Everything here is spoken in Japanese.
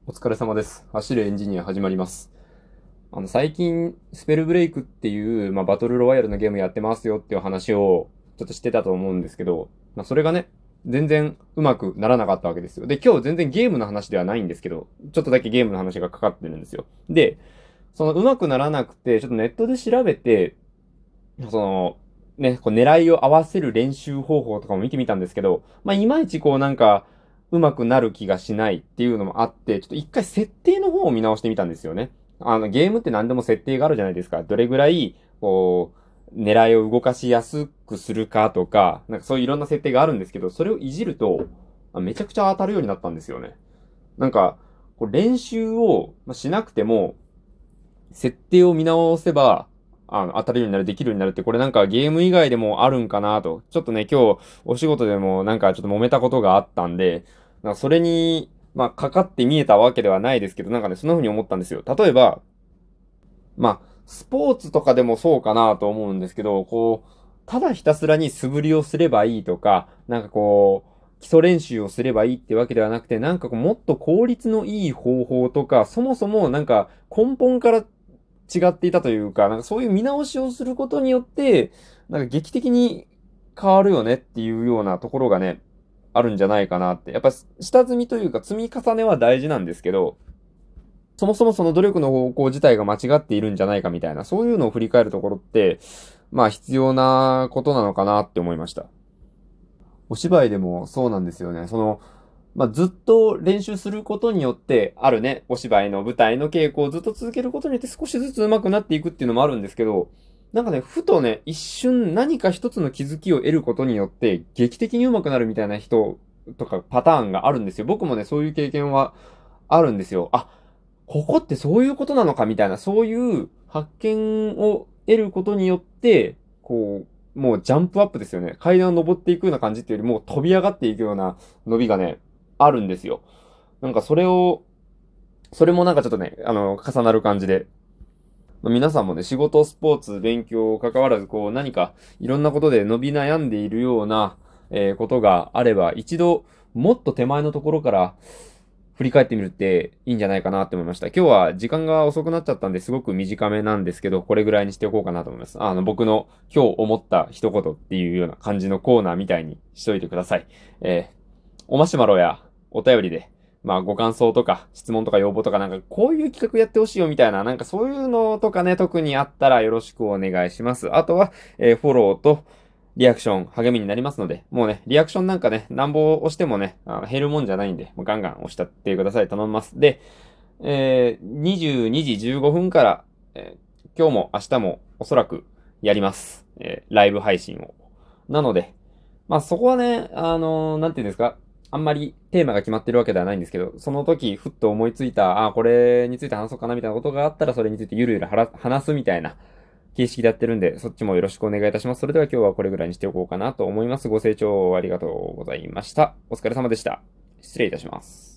お疲れ様です。走るエンジニア始まります。最近、スペルブレイクっていう、バトルロワイヤルのゲームやってますよっていう話をちょっとしてたと思うんですけど、それがね、全然うまくならなかったわけですよ。で、今日全然ゲームの話ではないんですけど、ちょっとだけゲームの話がかかってるんですよ。で、そのうまくならなくて、ちょっとネットで調べて、その、ね、こう狙いを合わせる練習方法とかも見てみたんですけど、いまいちこうなんか、うまくなる気がしないっていうのもあって、ちょっと一回設定の方を見直してみたんですよね。ゲームって何でも設定があるじゃないですか。どれぐらい、こう、狙いを動かしやすくするかとか、なんかそういういろんな設定があるんですけど、それをいじると、めちゃくちゃ当たるようになったんですよね。なんか、こう練習をしなくても、設定を見直せば、当たるようになる、できるようになるって、これなんかゲーム以外でもあるんかなと。ちょっとね、今日お仕事でもなんかちょっと揉めたことがあったんで、なんかそれに、かかって見えたわけではないですけど、なんかね、そんな風に思ったんですよ。例えば、スポーツとかでもそうかなと思うんですけど、こう、ただひたすらに素振りをすればいいとか、なんかこう、基礎練習をすればいいってわけではなくて、なんかこう、もっと効率のいい方法とか、そもそもなんか根本から違っていたというか、なんかそういう見直しをすることによって、なんか劇的に変わるよねっていうようなところがね、あるんじゃないかなって。やっぱ下積みというか積み重ねは大事なんですけど、そもそもその努力の方向自体が間違っているんじゃないかみたいな、そういうのを振り返るところって、必要なことなのかなって思いました。お芝居でもそうなんですよね。ずっと練習することによって、あるね、お芝居の舞台の稽古をずっと続けることによって少しずつ上手くなっていくっていうのもあるんですけど、なんかね、ふとね、一瞬何か一つの気づきを得ることによって、劇的に上手くなるみたいな人とかパターンがあるんですよ。僕もね、そういう経験はあるんですよ。あ、ここってそういうことなのかみたいな、そういう発見を得ることによって、こう、もうジャンプアップですよね。階段を登っていくような感じっていうよりも飛び上がっていくような伸びがね、あるんですよ。なんかそれもなんかちょっとね、重なる感じで。皆さんもね、仕事、スポーツ、勉強、関わらず、こう、何かいろんなことで伸び悩んでいるような、ことがあれば、一度、もっと手前のところから振り返ってみるっていいんじゃないかなって思いました。今日は時間が遅くなっちゃったんですごく短めなんですけど、これぐらいにしておこうかなと思います。僕の今日思った一言っていうような感じのコーナーみたいにしといてください。おマシュマロやお便りで、ご感想とか質問とか要望とかなんかこういう企画やってほしいよみたいな、なんかそういうのとかね、特にあったらよろしくお願いします。あとは、フォローと、リアクション励みになりますので、もうね、リアクションなんかね、なんぼ押してもね、減るもんじゃないんで、もうガンガン押したってください。頼みます。で、22時15分から、今日も明日もおそらくやります。ライブ配信を。なので、そこはね、なんていうんですか、あんまりテーマが決まってるわけではないんですけど、その時、ふっと思いついた、これについて話そうかなみたいなことがあったら、それについてゆるゆる話すみたいな形式でやってるんで、そっちもよろしくお願いいたします。それでは今日はこれぐらいにしておこうかなと思います。ご清聴ありがとうございました。お疲れ様でした。失礼いたします。